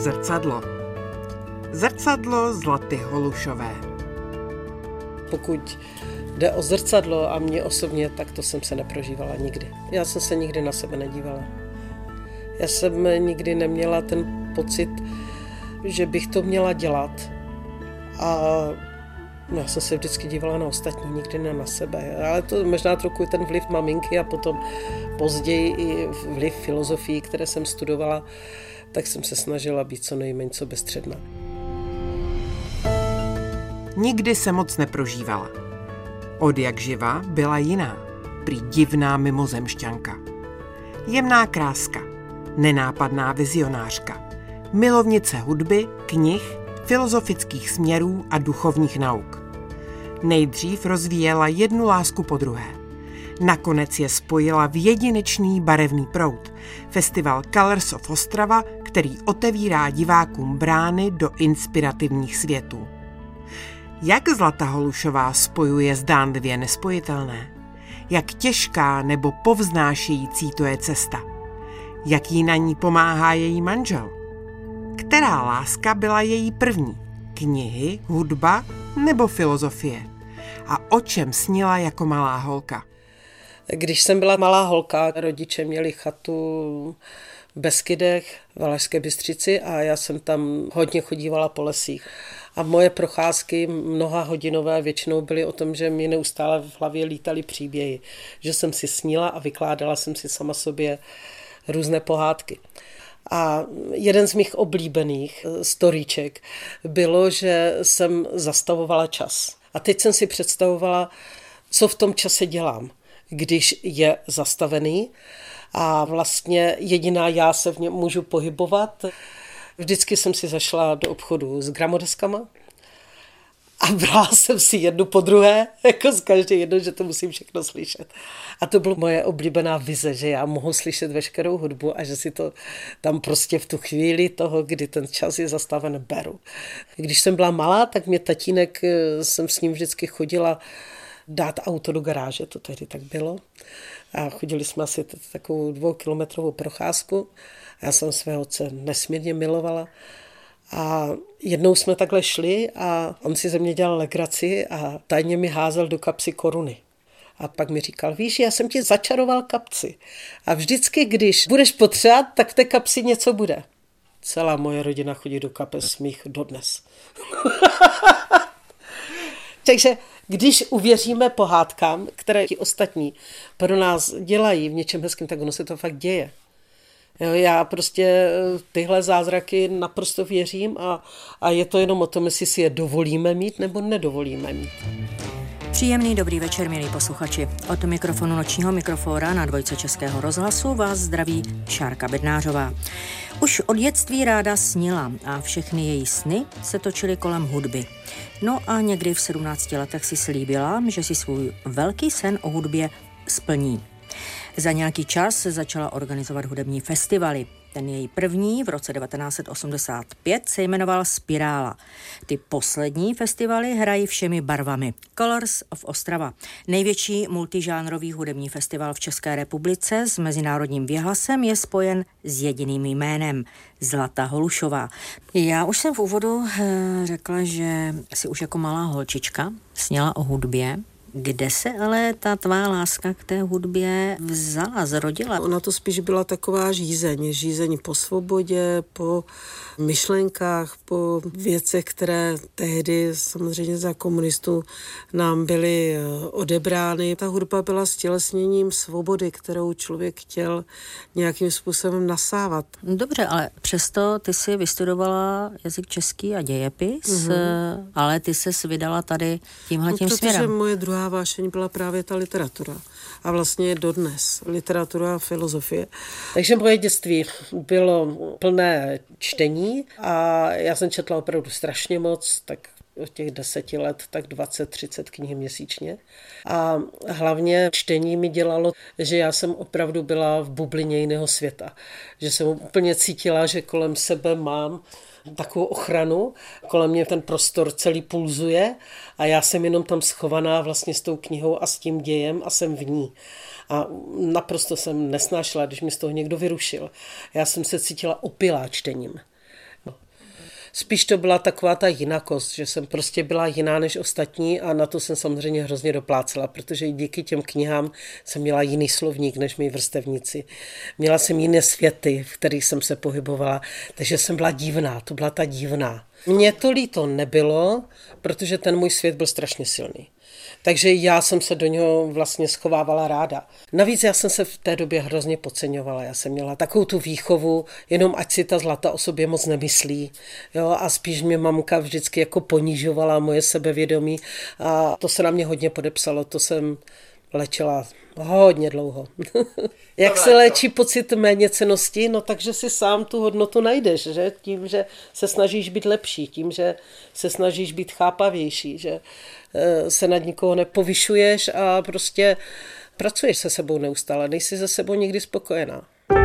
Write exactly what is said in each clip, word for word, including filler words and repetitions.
Zrcadlo. Zrcadlo Zlaty Holušové. Pokud jde o zrcadlo a mě osobně, tak to jsem se neprožívala nikdy. Já jsem se nikdy na sebe nedívala. Já jsem nikdy neměla ten pocit, že bych to měla dělat. A já jsem se vždycky dívala na ostatní, nikdy ne na sebe. Ale to možná trochu ten vliv maminky a potom později i vliv filozofii, které jsem studovala, tak jsem se snažila být co nejméně soběstředná. Nikdy se moc neprožívala. Od jak živa byla jiná, prý divná mimozemšťanka. Jemná kráska, nenápadná vizionářka, milovnice hudby, knih, filozofických směrů a duchovních nauk. Nejdřív rozvíjela jednu lásku po druhé. Nakonec je spojila v jedinečný barevný proud, festival Colors of Ostrava, který otevírá divákům brány do inspirativních světů. Jak Zlata Holušová spojuje zdánlivě nespojitelné? Jak těžká nebo povznášející to je cesta? Jak jí na ní pomáhá její manžel? Která láska byla její první? Knihy, hudba nebo filozofie? A o čem snila jako malá holka? Když jsem byla malá holka, rodiče měli chatu v Beskydech, v Valašské Bystřici a já jsem tam hodně chodívala po lesích. A moje procházky mnoha hodinové většinou byly o tom, že mi neustále v hlavě lítaly příběhy. Že jsem si snila a vykládala jsem si sama sobě různé pohádky. A jeden z mých oblíbených storíček bylo, že jsem zastavovala čas. A teď jsem si představovala, co v tom čase dělám, když je zastavený a vlastně jediná já se v něm můžu pohybovat. Vždycky jsem si zašla do obchodu s gramodeskama a brala jsem si jednu po druhé, jako z každé jedno, že to musím všechno slyšet. A to byla moje oblíbená vize, že já mohu slyšet veškerou hudbu a že si to tam prostě v tu chvíli toho, kdy ten čas je zastaven, beru. Když jsem byla malá, tak mě tatínek, jsem s ním vždycky chodila dát auto do garáže, to tehdy tak bylo. A chodili jsme asi takovou dvoukilometrovou procházku. Já jsem svého otce nesmírně milovala. A jednou jsme takhle šli a on si ze mě dělal legraci a tajně mi házel do kapsy koruny. A pak mi říkal, víš, já jsem ti začaroval kapci. A vždycky, když budeš potřebovat, tak v té kapsi něco bude. Celá moje rodina chodí do kapes mých dodnes. Takže když uvěříme pohádkám, které ti ostatní pro nás dělají v něčem hezkým, tak ono se to fakt děje. Jo, já prostě tyhle zázraky naprosto věřím a, a je to jenom o tom, jestli si je dovolíme mít nebo nedovolíme mít. Příjemný dobrý večer, milí posluchači. Od mikrofonu Nočního mikrofóra na Dvojce Českého rozhlasu vás zdraví Šárka Bednářová. Už od dětství ráda snila a všechny její sny se točily kolem hudby. No a někdy v sedmnácti letech si slíbila, že si svůj velký sen o hudbě splní. Za nějaký čas se začala organizovat hudební festivaly. Ten její první v roce devatenáct set osmdesát pět se jmenoval Spirála. Ty poslední festivaly hrají všemi barvami. Colors of Ostrava. Největší multižánrový hudební festival v České republice s mezinárodním věhlasem je spojen s jediným jménem Zlata Holušová. Já už jsem v úvodu řekla, že si už jako malá holčička sněla o hudbě. Kde se ale ta tvá láska k té hudbě vzala, zrodila? Ona to spíš byla taková žízeň. Žízeň po svobodě, po myšlenkách, po věcech, které tehdy samozřejmě za komunistů nám byly odebrány. Ta hudba byla stělesněním svobody, kterou člověk chtěl nějakým způsobem nasávat. Dobře, ale přesto ty si vystudovala jazyk český a dějepis, mm-hmm. ale ty ses vydala tady tímhletím no, směrem. Protože moje druhá vášeň byla právě ta literatura. A vlastně je dodnes. Literatura a filozofie. Takže moje dětství bylo plné čtení a já jsem četla opravdu strašně moc, tak od těch deseti let, tak dvacet třicet knih měsíčně. A hlavně čtení mi dělalo, že já jsem opravdu byla v bublině jiného světa. Že jsem úplně cítila, že kolem sebe mám takovou ochranu, kolem mě ten prostor celý pulzuje a já jsem jenom tam schovaná vlastně s tou knihou a s tím dějem a jsem v ní. A naprosto jsem nesnášela, když mi z toho někdo vyrušil. Já jsem se cítila opilá čtením. Spíš to byla taková ta jinakost, že jsem prostě byla jiná než ostatní a na to jsem samozřejmě hrozně doplácela, protože díky těm knihám jsem měla jiný slovník než mý vrstevníci. Měla jsem jiné světy, v kterých jsem se pohybovala, takže jsem byla divná, to byla ta divná. Mně to líto nebylo, protože ten můj svět byl strašně silný. Takže já jsem se do něho vlastně schovávala ráda. Navíc já jsem se v té době hrozně podceňovala. Já jsem měla takovou tu výchovu, jenom ať si ta Zlata o sobě moc nemyslí. Jo? A spíš mě mamka vždycky jako ponižovala moje sebevědomí a to se na mě hodně podepsalo. To jsem léčila hodně dlouho. Jak se léčí pocit méněcennosti? No takže si sám tu hodnotu najdeš, že? Tím, že se snažíš být lepší, tím, že se snažíš být chápavější, že se nad nikoho nepovyšuješ a prostě pracuješ se sebou neustále, nejsi se sebou nikdy spokojená.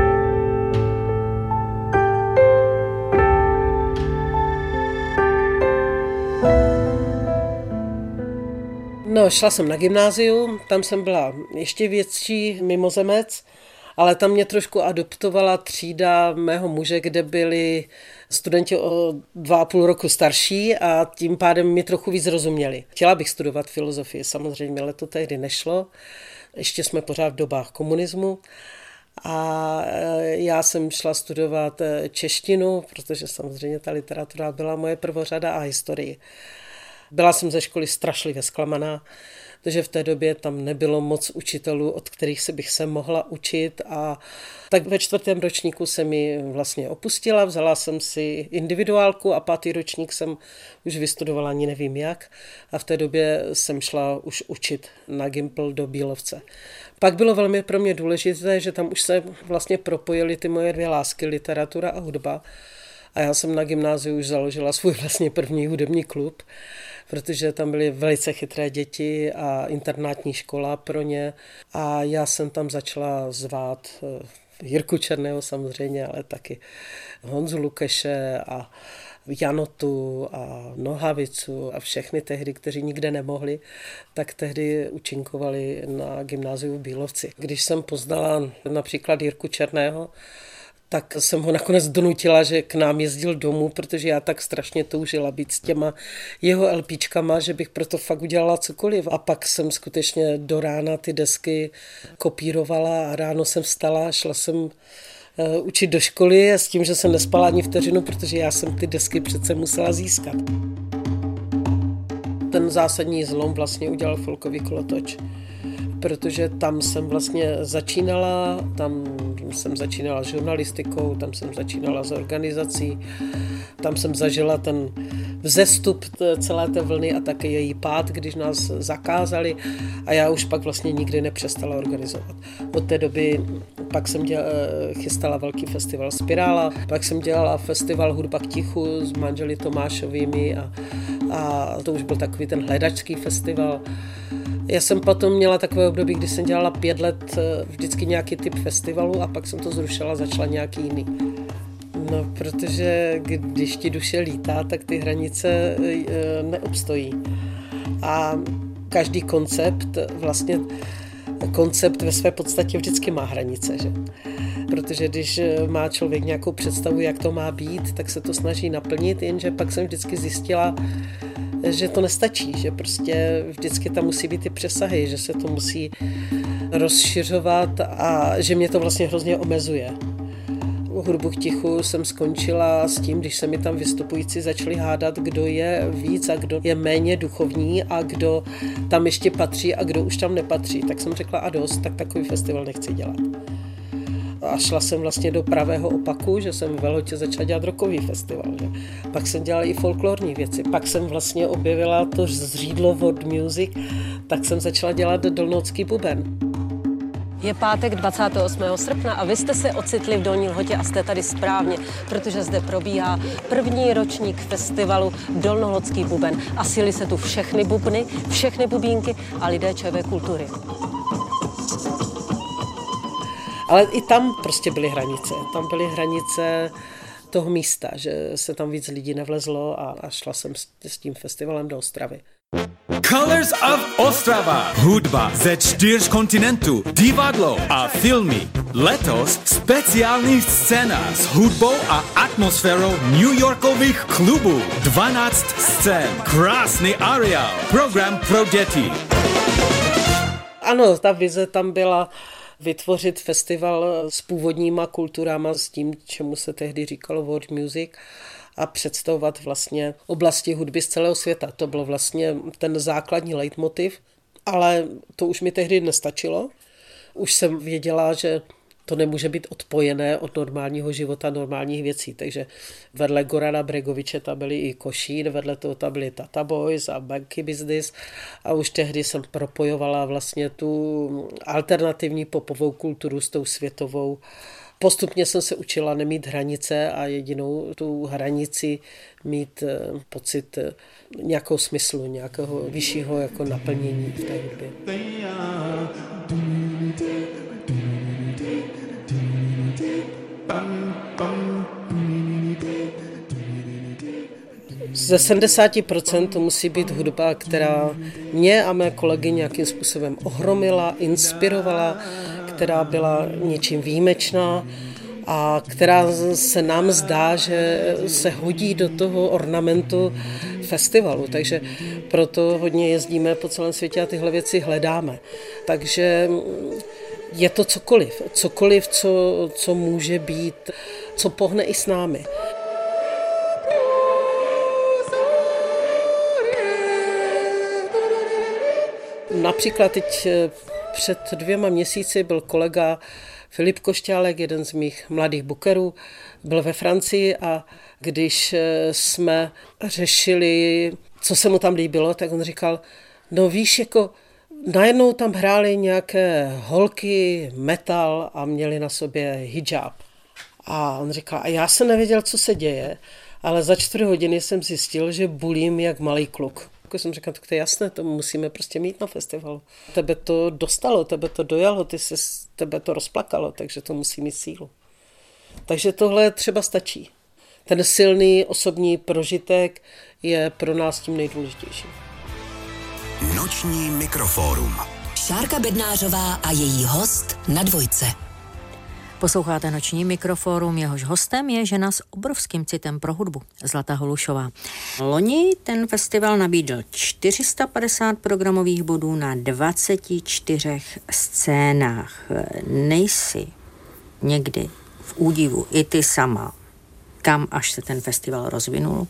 No, šla jsem na gymnázium, tam jsem byla ještě větší mimozemec, ale tam mě trošku adoptovala třída mého muže, kde byli studenti o dva a půl roku starší a tím pádem mi trochu víc rozuměli. Chtěla bych studovat filozofii, samozřejmě, ale to tehdy nešlo. Ještě jsme pořád v dobách komunismu a já jsem šla studovat češtinu, protože samozřejmě ta literatura byla moje prvořada a historii. Byla jsem ze školy strašlivě zklamaná, protože v té době tam nebylo moc učitelů, od kterých se bych se mohla učit a tak ve čtvrtém ročníku jsem ji vlastně opustila, vzala jsem si individuálku a pátý ročník jsem už vystudovala ani nevím jak a v té době jsem šla už učit na Gimpl do Bílovce. Pak bylo velmi pro mě důležité, že tam už se vlastně propojily ty moje dvě lásky, literatura a hudba. A já jsem na gymnáziu už založila svůj vlastně první hudební klub, protože tam byly velice chytré děti a internátní škola pro ně. A já jsem tam začala zvát Jirku Černého samozřejmě, ale taky Honzu Lukeše a Janotu a Nohavicu a všechny tehdy, kteří nikde nemohli, tak tehdy účinkovali na gymnáziu v Bílovci. Když jsem poznala například Jirku Černého, tak jsem ho nakonec donutila, že k nám jezdil domů, protože já tak strašně toužila být s těma jeho LPčkama, že bych proto fakt udělala cokoliv. A pak jsem skutečně do rána ty desky kopírovala a ráno jsem vstala, šla jsem učit do školy s tím, že jsem nespala ani vteřinu, protože já jsem ty desky přece musela získat. Ten zásadní zlom vlastně udělal Folkový kolotoč, protože tam jsem vlastně začínala, tam jsem začínala s žurnalistikou, tam jsem začínala s organizací, tam jsem zažila ten vzestup celé té vlny a také její pád, když nás zakázali a já už pak vlastně nikdy nepřestala organizovat. Od té doby pak jsem dělala, chystala velký festival Spirála, pak jsem dělala festival Hudba k tichu s manželi Tomášovými a, a to už byl takový ten hledačský festival. Já jsem potom měla takové období, kdy jsem dělala pět let vždycky nějaký typ festivalu a pak jsem to zrušila a začala nějaký jiný. No, protože když ti duše lítá, tak ty hranice neobstojí. A každý koncept, vlastně koncept ve své podstatě vždycky má hranice, že? Protože když má člověk nějakou představu, jak to má být, tak se to snaží naplnit, jenže pak jsem vždycky zjistila, že to nestačí, že prostě vždycky tam musí být ty přesahy, že se to musí rozšiřovat a že mě to vlastně hrozně omezuje. U Hudbu k tichu jsem skončila s tím, když se mi tam vystupující začali hádat, kdo je víc a kdo je méně duchovní a kdo tam ještě patří a kdo už tam nepatří. Tak jsem řekla a dost, tak takový festival nechci dělat. A šla jsem vlastně do pravého opaku, že jsem v Velhotě začala dělat rockový festival. Že? Pak jsem dělala i folklorní věci. Pak jsem vlastně objevila to zřídlo World Music, tak jsem začala dělat dolnocký buben. Je pátek dvacátého osmého srpna a vy jste se ocitli v Dolní Lhotě a jste tady správně, protože zde probíhá první ročník festivalu Dolnohlodský buben. A sílí se tu všechny bubny, všechny bubínky a lidé čevé kultury. Ale i tam prostě byly hranice. Tam byly hranice toho místa, že se tam víc lidí nevlezlo a, a šla jsem s, s tím festivalem do Ostravy. Colors of Ostrava. Hudba ze čtyř kontinentů, divadlo a filmy. Letos speciální scéna s hudbou a atmosférou New Yorkových klubů. dvanáct scén, krásný areál, program pro děti. Ano, ta vize tam byla vytvořit festival s původníma kulturama, s tím, čemu se tehdy říkalo world music, a představovat vlastně oblasti hudby z celého světa. To byl vlastně ten základní leitmotiv, ale to už mi tehdy nestačilo. Už jsem věděla, že to nemůže být odpojené od normálního života, normálních věcí. Takže vedle Gorana Bregoviče tam byli i Košín, vedle toho tam byli Tata Boys a Banky Business a už tehdy jsem propojovala vlastně tu alternativní popovou kulturu s tou světovou. Postupně jsem se učila nemít hranice a jedinou tu hranici mít pocit nějakého smyslu, nějakého vyššího jako naplnění v té hudbě. Ze sedmdesát procent to musí být hudba, která mě a mé kolegy nějakým způsobem ohromila, inspirovala, která byla něčím výjimečná a která se nám zdá, že se hodí do toho ornamentu festivalu. Takže proto hodně jezdíme po celém světě a tyhle věci hledáme. Takže je to cokoliv, cokoliv, co, co může být, co pohne i s námi. Například teď před dvěma měsíci byl kolega Filip Košťálek, jeden z mých mladých bookerů, byl ve Francii a když jsme řešili, co se mu tam líbilo, tak on říkal, no víš, jako najednou tam hrály nějaké holky, metal a měli na sobě hijab. A on říkal, a já jsem nevěděl, co se děje, ale za čtyři hodiny jsem zjistil, že bulím jak malý kluk. Jako jsem říkal, tak to je jasné, to musíme prostě mít na festivalu. Tebe to dostalo, tebe to dojalo, ty se, tebe to rozplakalo, takže to musí mít sílu. Takže tohle třeba stačí. Ten silný osobní prožitek je pro nás tím nejdůležitější. Noční mikrofórum. Šárka Bednářová a její host na Dvojce. Posloucháte Noční mikrofórum, jehož hostem je žena s obrovským citem pro hudbu, Zlata Holušová. Loni ten festival nabídl čtyři sta padesát programových bodů na dvaceti čtyřech scénách. Nejsi někdy v údivu i ty sama, kam až se ten festival rozvinul?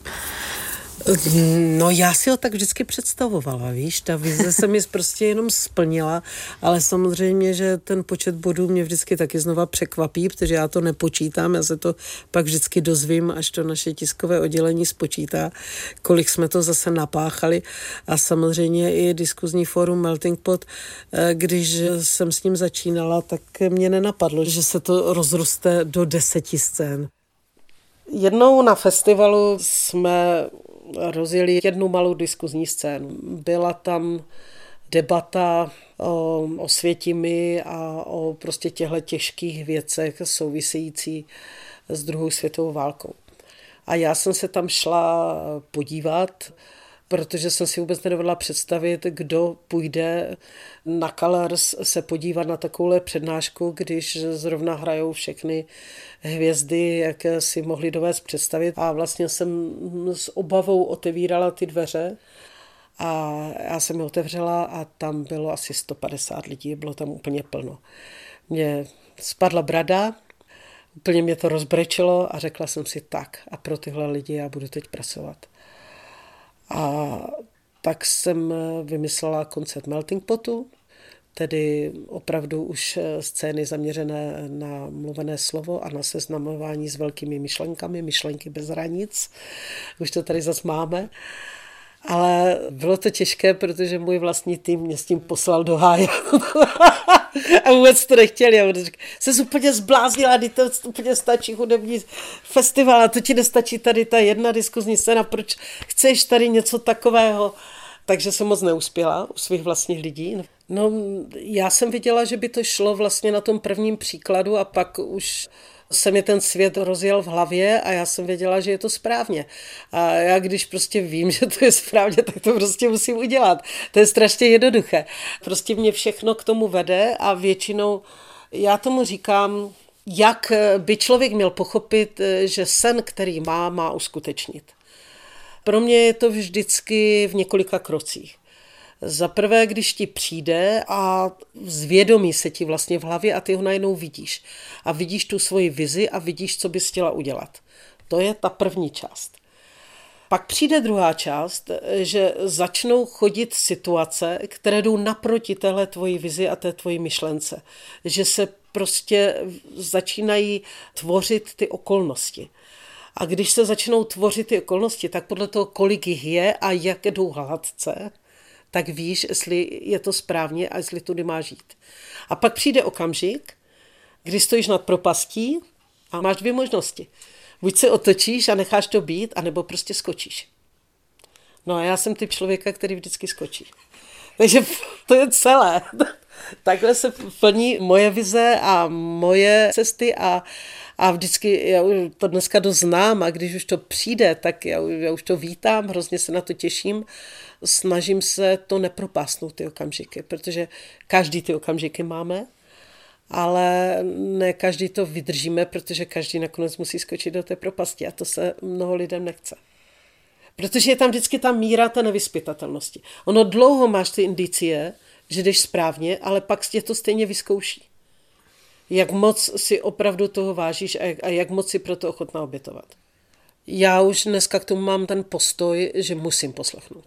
No já si ho tak vždycky představovala, víš, ta vize se mi prostě jenom splnila, ale samozřejmě, že ten počet bodů mě vždycky taky znova překvapí, protože já to nepočítám, já se to pak vždycky dozvím, až to naše tiskové oddělení spočítá, kolik jsme to zase napáchali a samozřejmě i diskuzní fórum Melting Pot, když jsem s ním začínala, tak mě nenapadlo, že se to rozroste do deseti scén. Jednou na festivalu jsme rozjeli jednu malou diskuzní scénu. Byla tam debata o, o Světimi a o prostě těchto těžkých věcech související s druhou světovou válkou. A já jsem se tam šla podívat, protože jsem si vůbec nedovedla představit, kdo půjde na Colors se podívat na takovouhle přednášku, když zrovna hrajou všechny hvězdy, jak si mohli dovést představit. A vlastně jsem s obavou otevírala ty dveře a já jsem je otevřela a tam bylo asi sto padesát lidí, bylo tam úplně plno. Mně spadla brada, úplně mě to rozbrečelo a řekla jsem si tak a pro tyhle lidi já budu teď pracovat. A tak jsem vymyslela koncept Melting Potu, tedy opravdu už scény zaměřené na mluvené slovo a na seznamování s velkými myšlenkami, myšlenky bez hranic. Už to tady zase máme. Ale bylo to těžké, protože můj vlastní tým mě s tím poslal do háje. A vůbec to nechtěli. Já jsem úplně zbláznila, kdy to úplně stačí hudební festival a to ti nestačí tady ta jedna diskuzní scéna, proč chceš tady něco takového? Takže jsem moc neuspěla u svých vlastních lidí. No, já jsem viděla, že by to šlo vlastně na tom prvním příkladu a pak už se mi ten svět rozjel v hlavě a já jsem věděla, že je to správně. A já když prostě vím, že to je správně, tak to prostě musím udělat. To je strašně jednoduché. Prostě mě všechno k tomu vede a většinou já tomu říkám, jak by člověk měl pochopit, že sen, který má, má uskutečnit. Pro mě je to vždycky v několika krocích. Za prvé, když ti přijde a zvědomí se ti vlastně v hlavě a ty ho najednou vidíš. A vidíš tu svoji vizi a vidíš, co bys chtěla udělat. To je ta první část. Pak přijde druhá část, že začnou chodit situace, které jdou naproti téhle tvojí vizi a té tvojí myšlence. Že se prostě začínají tvořit ty okolnosti. A když se začnou tvořit ty okolnosti, tak podle toho, kolik jich je a jak jdou hladce, tak víš, jestli je to správně a jestli tudy máš jít. A pak přijde okamžik, kdy stojíš nad propastí a máš dvě možnosti. Buď se otočíš a necháš to být, anebo prostě skočíš. No a já jsem typ člověka, který vždycky skočí. Takže to je celé. Takhle se plní moje vize a moje cesty a, a vždycky, já to dneska dost znám a když už to přijde, tak já, já už to vítám, hrozně se na to těším. Snažím se to nepropásnout ty okamžiky, protože každý ty okamžiky máme, ale ne každý to vydržíme, protože každý nakonec musí skočit do té propasti a to se mnoho lidem nechce. Protože je tam vždycky ta míra té nevyzpytatelnosti. Ono dlouho máš ty indicie, že jdeš správně, ale pak tě to stejně vyzkouší. Jak moc si opravdu toho vážíš a jak, a jak moc si pro to ochotná obětovat. Já už dneska k tomu mám ten postoj, že musím poslechnout.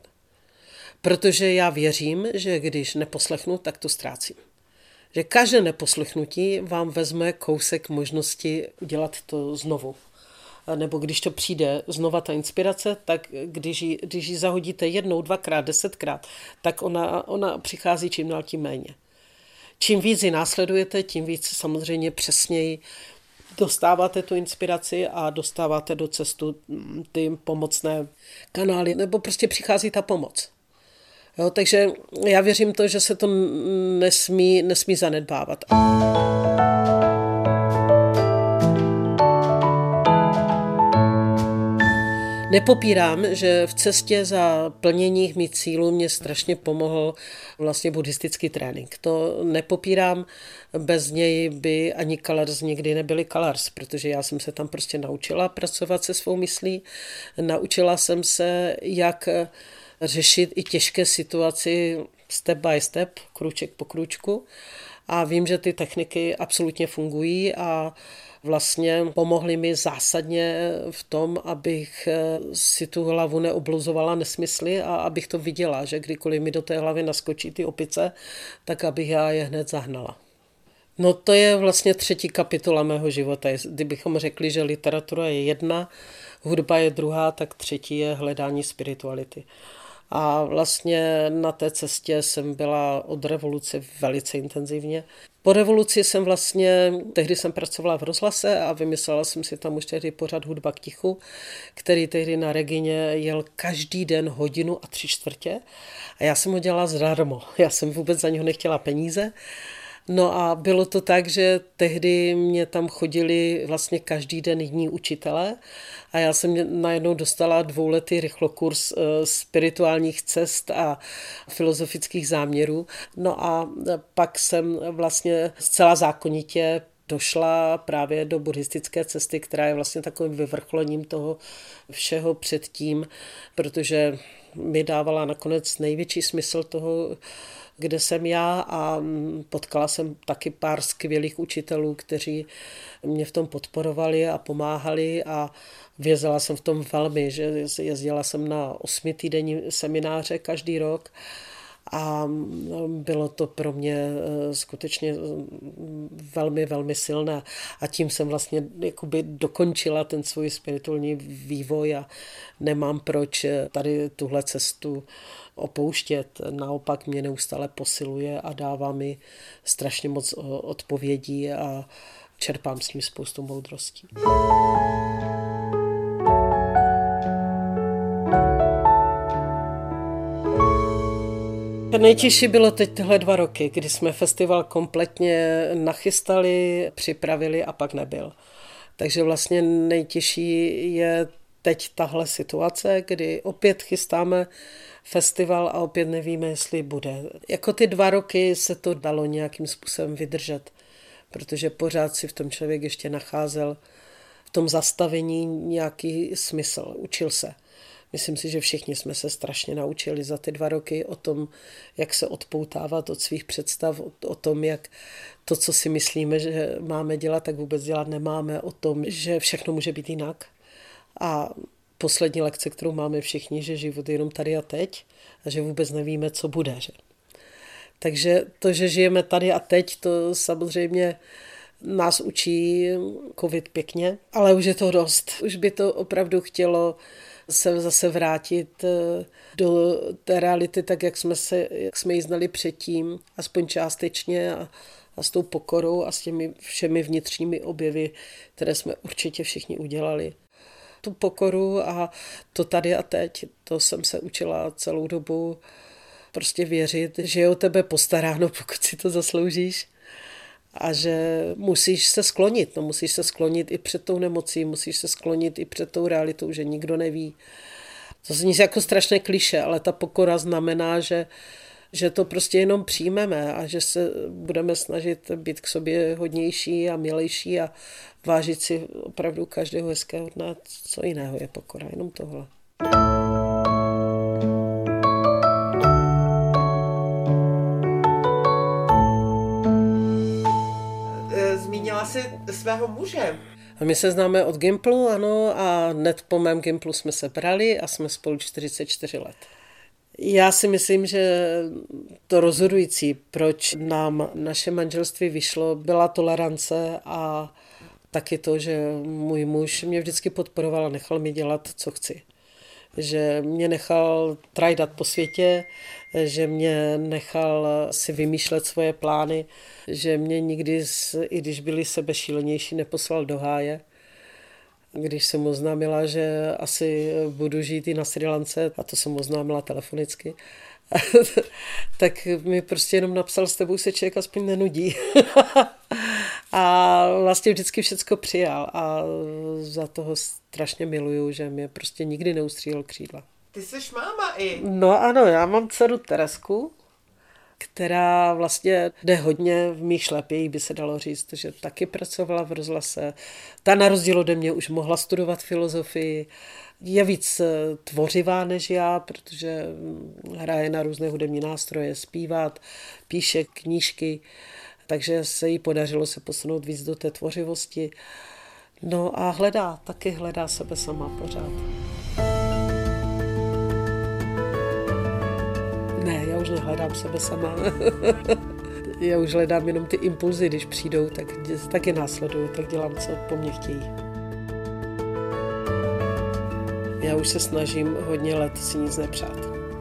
Protože já věřím, že když neposlechnu, tak to ztrácím. Že každé neposlechnutí vám vezme kousek možnosti udělat to znovu. Nebo když to přijde znova ta inspirace, tak když ji, když ji zahodíte jednou, dvakrát, desetkrát, tak ona, ona přichází čím dál tím méně. Čím víc ji následujete, tím víc samozřejmě přesněji dostáváte tu inspiraci a dostáváte do cestu ty pomocné kanály, nebo prostě přichází ta pomoc. Jo, takže já věřím to, že se to nesmí, nesmí zanedbávat. Nepopírám, že v cestě za plnění mých cílů mě strašně pomohl vlastně buddhistický trénink. To nepopírám, bez něj by ani Colors nikdy nebyly Colors, protože já jsem se tam prostě naučila pracovat se svou myslí. Naučila jsem se, jak řešit i těžké situaci step by step, krůček po krůčku. A vím, že ty techniky absolutně fungují a vlastně pomohly mi zásadně v tom, abych si tu hlavu neobluzovala nesmysly a abych to viděla, že kdykoliv mi do té hlavy naskočí ty opice, tak abych já je hned zahnala. No to je vlastně třetí kapitola mého života. Kdybychom řekli, že literatura je jedna, hudba je druhá, tak třetí je hledání spirituality. A vlastně na té cestě jsem byla od revoluce velice intenzivně. Po revoluci jsem vlastně, tehdy jsem pracovala v rozhlase a vymyslela jsem si tam už tehdy pořad Hudba k tichu, který tehdy na Regině jel každý den hodinu a tři čtvrtě. A já jsem ho dělala zdarma. Já jsem vůbec za něho nechtěla peníze. No a bylo to tak, že tehdy mě tam chodili vlastně každý den jiní učitelé a já jsem najednou dostala dvouletý rychlokurs spirituálních cest a filozofických záměrů. No a pak jsem vlastně zcela zákonitě došla právě do buddhistické cesty, která je vlastně takovým vyvrcholením toho všeho předtím, protože mi dávala nakonec největší smysl toho, kde jsem já a potkala jsem taky pár skvělých učitelů, kteří mě v tom podporovali a pomáhali a vězela jsem v tom velmi, že jezdila jsem na osmitýdenní semináře každý rok a bylo to pro mě skutečně velmi, velmi silné a tím jsem vlastně jakoby dokončila ten svůj spirituální vývoj a nemám proč tady tuhle cestu opouštět. Naopak mě neustále posiluje a dává mi strašně moc odpovědí a čerpám s tím spoustu moudrostí. Nejtěžší bylo teď tyhle dva roky, kdy jsme festival kompletně nachystali, připravili a pak nebyl. Takže vlastně nejtěžší je teď tahle situace, kdy opět chystáme festival a opět nevíme, jestli bude. Jako ty dva roky se to dalo nějakým způsobem vydržet, protože pořád si v tom člověk ještě nacházel v tom zastavení nějaký smysl, učil se. Myslím si, že všichni jsme se strašně naučili za ty dva roky o tom, jak se odpoutávat od svých představ, o tom, jak to, co si myslíme, že máme dělat, tak vůbec dělat nemáme, o tom, že všechno může být jinak. A poslední lekce, kterou máme všichni, že život je jenom tady a teď a že vůbec nevíme, co bude. Že? Takže to, že žijeme tady a teď, to samozřejmě nás učí covid pěkně, ale už je to dost. Už by to opravdu chtělo se zase vrátit do té reality tak, jak jsme, se, jak jsme ji znali předtím, aspoň částečně a, a s tou pokorou a s těmi všemi vnitřními objevy, které jsme určitě všichni udělali. Tu pokoru a to tady a teď, to jsem se učila celou dobu prostě věřit, že je o tebe postaráno, pokud si to zasloužíš a že musíš se sklonit, no musíš se sklonit i před tou nemocí, musíš se sklonit i před tou realitou, že nikdo neví. To zní jako strašné klišé, ale ta pokora znamená, že, že to prostě jenom přijmeme a že se budeme snažit být k sobě hodnější a milejší a vážit si opravdu každého hezkého dne. Co jiného je pokora, jenom tohle. Zmínila jsi svého muže. A my se známe od Gimplu, ano, a hned po mém Gimplu jsme se brali a jsme spolu čtyřicet čtyři let. Já si myslím, že to rozhodující, proč nám naše manželství vyšlo, byla tolerance a taky to, že můj muž mě vždycky podporoval a nechal mi dělat, co chci. Že mě nechal trajdat po světě, že mě nechal si vymýšlet svoje plány, že mě nikdy, i když byli sebešílenější, neposlal do háje. Když jsem oznámila, že asi budu žít i na Srí Lance, a to jsem oznámila telefonicky, tak mi prostě jenom napsal, s tebou se člověk aspoň nenudí. A vlastně vždycky všecko přijal a za toho strašně miluju, že mě prostě nikdy neustřílel křídla. Ty jsi máma i. No ano, já mám dceru Teresku, která vlastně jde hodně v mých šlepějích, by se dalo říct, že taky pracovala v rozhlase. Ta na rozdíl ode mě už mohla studovat filozofii, je víc tvořivá než já, protože hraje na různé hudební nástroje, zpívat, píše knížky, takže se jí podařilo se posunout víc do té tvořivosti. No a hledá, taky hledá sebe sama pořád. Ne, já už nehledám sebe sama. Já už hledám jenom ty impulzy, když přijdou, tak taky následuju, tak dělám, co po mně chtějí. Já už se snažím hodně let si nic nepřát.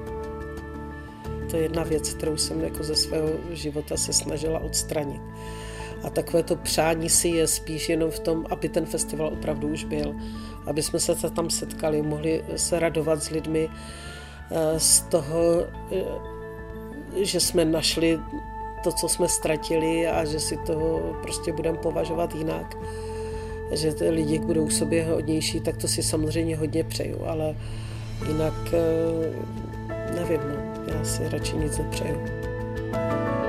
To je jedna věc, kterou jsem jako ze svého života se snažila odstranit. A takové to přání si je spíš jenom v tom, aby ten festival opravdu už byl. Aby jsme se tam setkali, mohli se radovat s lidmi z toho, že jsme našli to, co jsme ztratili a že si toho prostě budeme považovat jinak. Že ty lidi budou k sobě hodnější, tak to si samozřejmě hodně přeju, ale jinak nevím, no. Já si radši nic nepřeju.